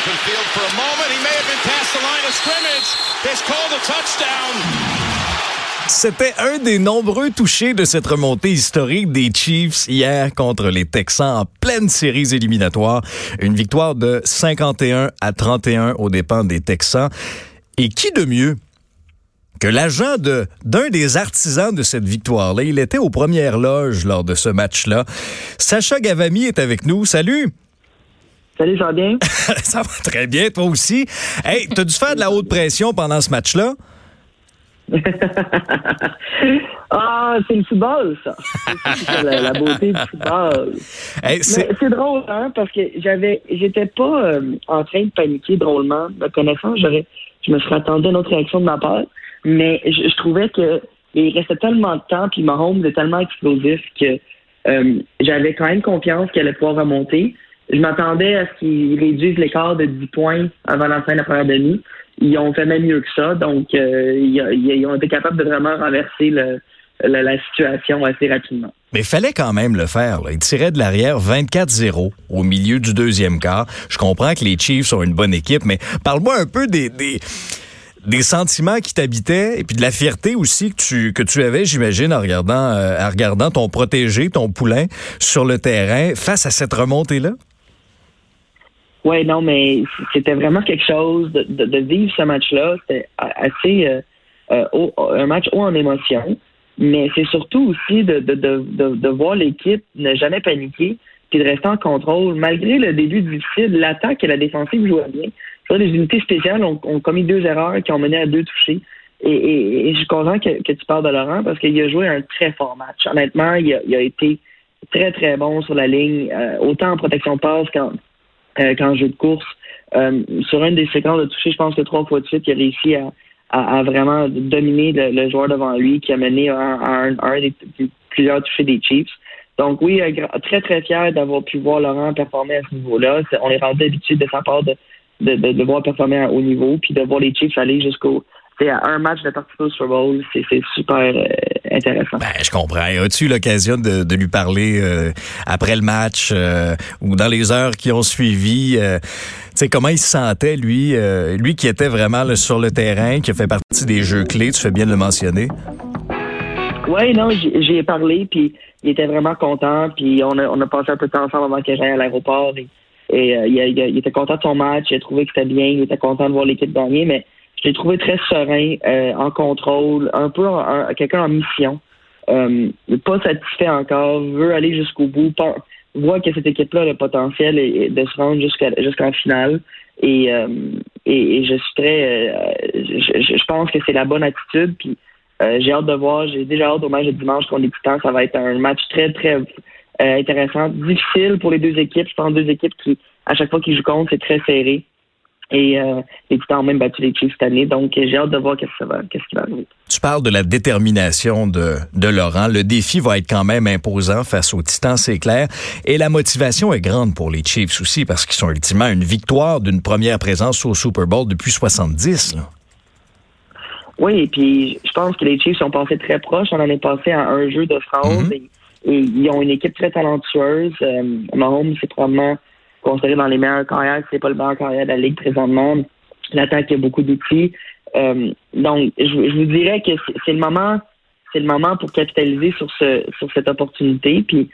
open field for a moment. He may have been past the line of scrimmage. It's called a touchdown. C'était un des nombreux touchés de cette remontée historique des Chiefs hier contre les Texans en pleine séries éliminatoires. Une victoire de 51-31 aux dépens des Texans. Et qui de mieux que l'agent d'un des artisans de cette victoire-là? Il était aux premières loges lors de ce match-là. Sacha Gavami est avec nous. Salut! Salut, ça va bien? Ça va très bien, toi aussi. Hey, t'as dû faire de la haute pression pendant ce match-là? Ah, c'est le football, ça. C'est la beauté du football. Hey, Mais c'est drôle, hein, parce que j'étais pas en train de paniquer drôlement. Me connaissant, je me serais attendu à une autre réaction de ma part, mais je trouvais que il restait tellement de temps, puis Mahomes est tellement explosif que j'avais quand même confiance qu'il allait pouvoir remonter. Je m'attendais à ce qu'ils réduisent l'écart de 10 points avant la fin de la première demi. Ils ont fait même mieux que ça, donc ils ont été capables de vraiment renverser la situation assez rapidement. Mais il fallait quand même le faire, là. Ils tiraient de l'arrière 24-0 au milieu du deuxième quart. Je comprends que les Chiefs sont une bonne équipe, mais parle-moi un peu des sentiments qui t'habitaient et puis de la fierté aussi que tu avais, j'imagine, en regardant ton protégé, ton poulain, sur le terrain face à cette remontée-là. Oui, non, mais c'était vraiment quelque chose de vivre ce match-là. C'était assez un match haut en émotion, mais c'est surtout aussi de voir l'équipe ne jamais paniquer puis de rester en contrôle. Malgré le début difficile, l'attaque et la défensive jouaient bien. Les unités spéciales ont commis 2 erreurs qui ont mené à 2 touchés. Et je suis content que tu parles de Laurent parce qu'il a joué un très fort match. Honnêtement, il a été très, très bon sur la ligne, autant en protection de passe qu'en jeu de course. Sur une des séquences de toucher, je pense que 3 fois de suite, il a réussi à vraiment dominer le joueur devant lui qui a mené à un des plusieurs touchés des Chiefs. Donc oui, très, très fier d'avoir pu voir Laurent performer à ce niveau-là. On est rendu habitué de sa part de voir performer à haut niveau, puis de voir les Chiefs aller à un match de participer au Super Bowl, c'est super intéressant. Ben, je comprends. As-tu eu l'occasion de lui parler après le match ou dans les heures qui ont suivi? Comment il se sentait, lui qui était vraiment là, sur le terrain, qui a fait partie des jeux clés, tu fais bien de le mentionner. Oui, non, j'y ai parlé, puis il était vraiment content, puis on a passé un peu de temps ensemble avant que j'aille à l'aéroport, et il était content de son match, il a trouvé que c'était bien, il était content de voir l'équipe gagner, mais je l'ai trouvé très serein, en contrôle, un peu quelqu'un en mission, pas satisfait encore, veut aller jusqu'au bout, voit que cette équipe-là a le potentiel de se rendre jusqu'en finale, et je suis très, je pense que c'est la bonne attitude, puis j'ai hâte de voir, j'ai déjà hâte au match de dimanche contre les Titans, ça va être un match très, très intéressant, difficile pour les deux équipes, je pense 2 équipes qui, à chaque fois qu'ils jouent contre, c'est très serré. Et les Titans ont même battu les Chiefs cette année. Donc, j'ai hâte de voir qu'est-ce qui va arriver. Tu parles de la détermination de Laurent. Le défi va être quand même imposant face aux Titans, c'est clair. Et la motivation est grande pour les Chiefs aussi parce qu'ils sont ultimement une victoire d'une première présence au Super Bowl depuis 70. Là. Oui, et puis je pense que les Chiefs sont passés très proches. On en est passé à un jeu de France et ils ont une équipe très talentueuse. Mahomes, c'est probablement considéré dans les meilleures carrières, c'est pas le meilleur carrière de la Ligue présentement. L'attaque a beaucoup d'outils. Donc, je vous dirais que c'est le moment pour capitaliser sur cette opportunité. Puis,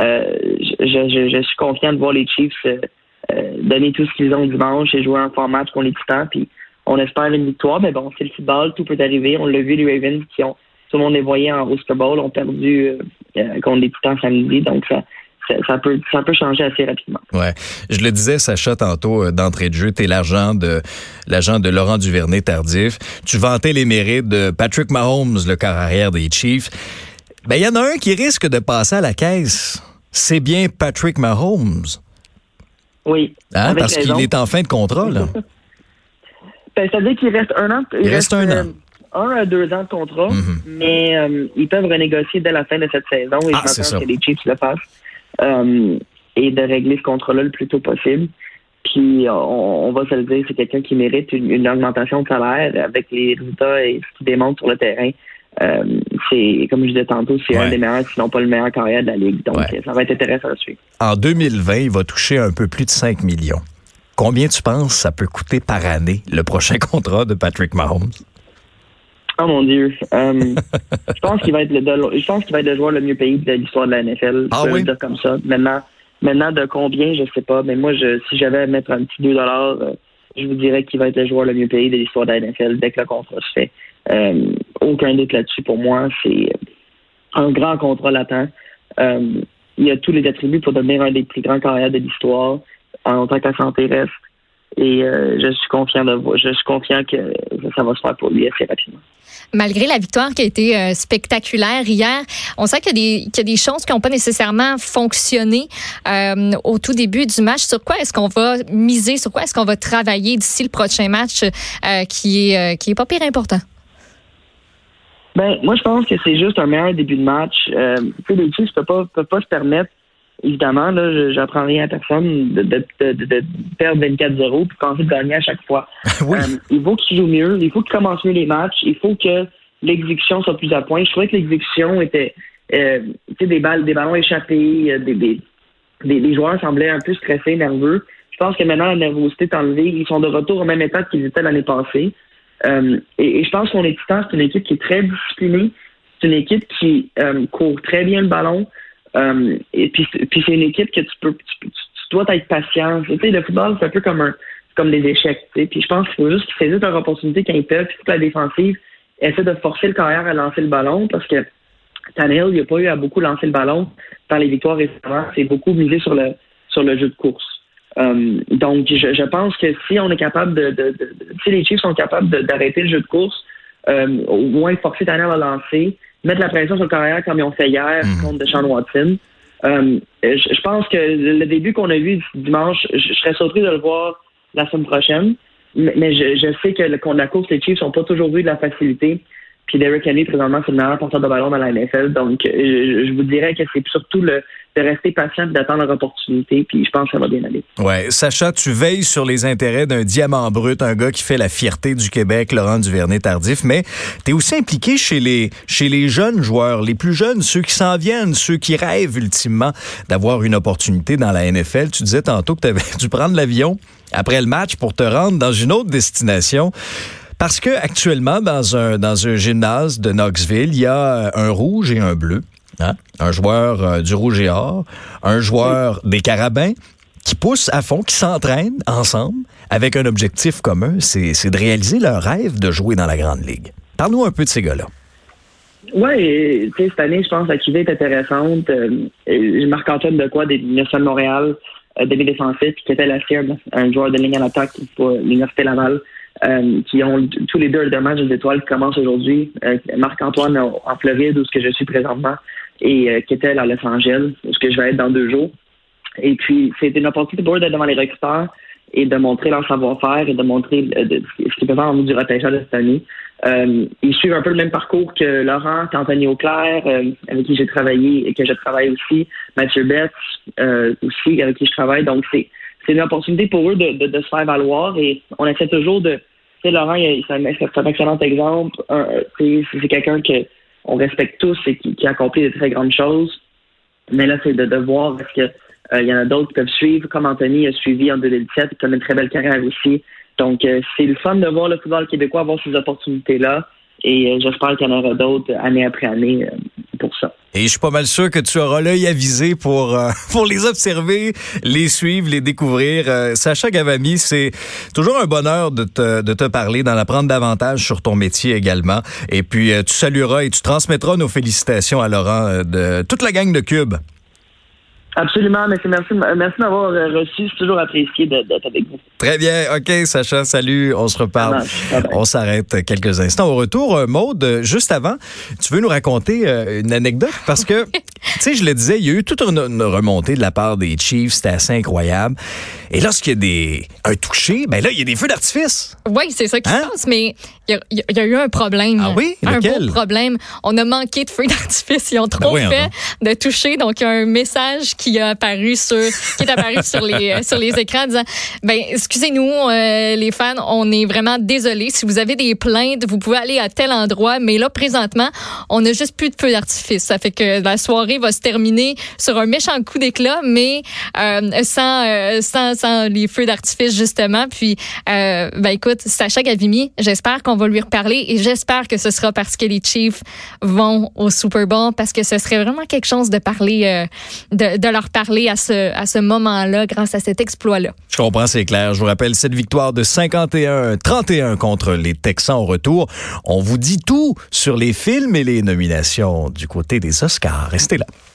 je suis confiant de voir les Chiefs donner tout ce qu'ils ont dimanche et jouer un fort match contre les Titans. Puis, on espère une victoire. Mais bon, c'est le football, tout peut arriver. On l'a vu, les Ravens tout le monde les voyait au Super Bowl, ont perdu contre les Titans samedi. Donc, ça peut changer assez rapidement. Ouais, je le disais, Sacha, tantôt d'entrée de jeu, t'es l'agent de Laurent Duvernay-Tardif. Tu vantais les mérites de Patrick Mahomes, le quart arrière des Chiefs. Ben, il y en a un qui risque de passer à la caisse. C'est bien Patrick Mahomes. Oui. Hein? Parce qu'il est en fin de contrat, là. Ben, ça veut dire qu'il reste 1 an. Il reste 1 an. 1 à 2 ans de contrat, mais ils peuvent renégocier dès la fin de cette saison et je m'attends que les Chiefs le fassent et de régler ce contrat-là le plus tôt possible. Puis on va se le dire, c'est quelqu'un qui mérite une augmentation de salaire avec les résultats et ce qu'il démontre sur le terrain. C'est, comme je disais tantôt, c'est un des meilleurs, sinon pas le meilleur carrière de la Ligue. Donc, ça va être intéressant à suivre. En 2020, il va toucher un peu plus de 5 millions. Combien tu penses ça peut coûter par année le prochain contrat de Patrick Mahomes? Oh mon Dieu. Je pense qu'il va être le joueur le mieux payé de l'histoire de la NFL. Ah je peux oui? le dire comme ça. Maintenant, de combien, je sais pas. Mais moi, si j'avais à mettre un petit $2, je vous dirais qu'il va être le joueur le mieux payé de l'histoire de la NFL dès que le contrat se fait. Aucun doute là-dessus pour moi. C'est un grand contrat latent. Il a tous les attributs pour devenir un des plus grands carrières de l'histoire en tant que la santé reste. Et je suis confiant que ça va se faire pour lui assez rapidement. Malgré la victoire qui a été spectaculaire hier, on sait qu'il y a des choses qui n'ont pas nécessairement fonctionné au tout début du match. Sur quoi est-ce qu'on va miser? Sur quoi est-ce qu'on va travailler d'ici le prochain match qui est pas pire important? Ben, moi, je pense que c'est juste un meilleur début de match. Les Chiefs ne peuvent pas se permettre, évidemment, là, j'apprends rien à personne, de perdre 24-0 puis commencer de gagner à chaque fois. Oui. Il faut qu'ils jouent mieux, il faut qu'ils commencent mieux les matchs, il faut que l'exécution soit plus à point. Je trouvais que l'exécution était des ballons échappés, des joueurs semblaient un peu stressés, nerveux. Je pense que maintenant, la nervosité est enlevée. Ils sont de retour au même état qu'ils étaient l'année passée. Et je pense qu'on est Titans, c'est une équipe qui est très disciplinée. C'est une équipe qui court très bien le ballon. Et puis c'est une équipe que tu dois être patient. Tu sais, le football, c'est un peu comme des échecs. Tu sais. Puis je pense qu'il faut juste qu'ils saisissent leur opportunité quand ils peuvent. Puis toute la défensive essaie de forcer le carrière à lancer le ballon parce que Tannehill, il n'a pas eu à beaucoup lancer le ballon dans les victoires récemment. C'est beaucoup misé sur le jeu de course. Donc, je pense que si on est capable si les Chiefs sont capables d'arrêter le jeu de course, au moins forcer Tannehill à lancer, mettre la pression sur le carrière comme ils ont fait hier contre Deshaun Watson. Je pense que le début qu'on a vu dimanche, je serais surpris de le voir la semaine prochaine, mais je sais que contre la course, les Chiefs n'ont pas toujours eu de la facilité. Puis Derrick Henry, présentement, c'est le meilleur porteur de ballon dans la NFL. Donc, je vous dirais que c'est surtout de rester patient et d'attendre leur opportunité. Puis je pense que ça va bien aller. Ouais, Sacha, tu veilles sur les intérêts d'un diamant brut, un gars qui fait la fierté du Québec, Laurent Duvernay-Tardif. Mais tu es aussi impliqué chez les jeunes joueurs, les plus jeunes, ceux qui s'en viennent, ceux qui rêvent ultimement d'avoir une opportunité dans la NFL. Tu disais tantôt que tu avais dû prendre l'avion après le match pour te rendre dans une autre destination. Parce que actuellement, dans un gymnase de Knoxville, il y a un rouge et un bleu. Hein? Un joueur du Rouge et Or, un joueur des Carabins qui poussent à fond, qui s'entraînent ensemble avec un objectif commun, c'est de réaliser leur rêve de jouer dans la Grande Ligue. Parle-nous un peu de ces gars-là. Oui, tu sais, cette année, je pense que la QV est intéressante. Marc-Antoine Dequoy des Universités de Montréal, demi-défensif, qui était un joueur de ligne en attaque pour l'Université Laval. Qui ont tous les deux matchs des étoiles qui commencent aujourd'hui. Marc-Antoine en Floride, où je suis présentement, et qui était à Los Angeles, où je vais être dans 2 jours. Et puis, c'était une opportunité pour eux d'être devant les recruteurs et de montrer leur savoir-faire et de montrer ce qu'ils peuvent faire en vue du repêchage de cette année. Ils suivent un peu le même parcours que Laurent, qu'Anthony Auclair, avec qui j'ai travaillé et que je travaille aussi, Mathieu Betts aussi, avec qui je travaille. Donc, c'est une opportunité pour eux de se faire valoir et on essaie toujours de... Tu sais, Laurent, c'est un excellent exemple. C'est quelqu'un qu'on respecte tous et qui accomplit de très grandes choses. Mais là, c'est de voir est-ce que il y en a d'autres qui peuvent suivre, comme Anthony a suivi en 2017, qui a une très belle carrière aussi. Donc, c'est le fun de voir le football québécois avoir ces opportunités-là. Et j'espère qu'il y en aura d'autres année après année pour ça. Et je suis pas mal sûr que tu auras l'œil avisé pour les observer, les suivre, les découvrir. Sacha Gavami, c'est toujours un bonheur de te parler, d'en apprendre davantage sur ton métier également. Et puis, tu salueras et tu transmettras nos félicitations à Laurent de toute la gang de Cube. Absolument, merci de m'avoir reçu. C'est toujours apprécié d'être avec vous. Très bien. OK, Sacha, salut. On se reparle. On s'arrête quelques instants. Au retour, Maude, juste avant, tu veux nous raconter une anecdote? Parce que, tu sais, je le disais, il y a eu toute une remontée de la part des Chiefs. C'était assez incroyable. Et lorsqu'il y a un touché, ben là, il y a des feux d'artifice. Oui, c'est ça qui se passe, mais il y a eu un problème. Ah oui? Lequel? Un beau problème. On a manqué de feux d'artifice. Ils ont trop fait de toucher. Donc, il y a un message qui est apparu sur les écrans en disant excusez-nous les fans, on est vraiment désolés. Si vous avez des plaintes, vous pouvez aller à tel endroit, mais là présentement, on n'a juste plus de feu d'artifice. Ça fait que la soirée va se terminer sur un méchant coup d'éclat, mais sans les feux d'artifice justement. Puis écoute, Sacha Gavimi, j'espère qu'on va lui reparler et j'espère que ce sera parce que les Chiefs vont au Super Bowl, parce que ce serait vraiment quelque chose de parler, de leur parler à ce moment-là grâce à cet exploit-là. Je comprends, c'est clair. Je vous rappelle cette victoire de 51-31 contre les Texans au retour. On vous dit tout sur les films et les nominations du côté des Oscars. Restez là.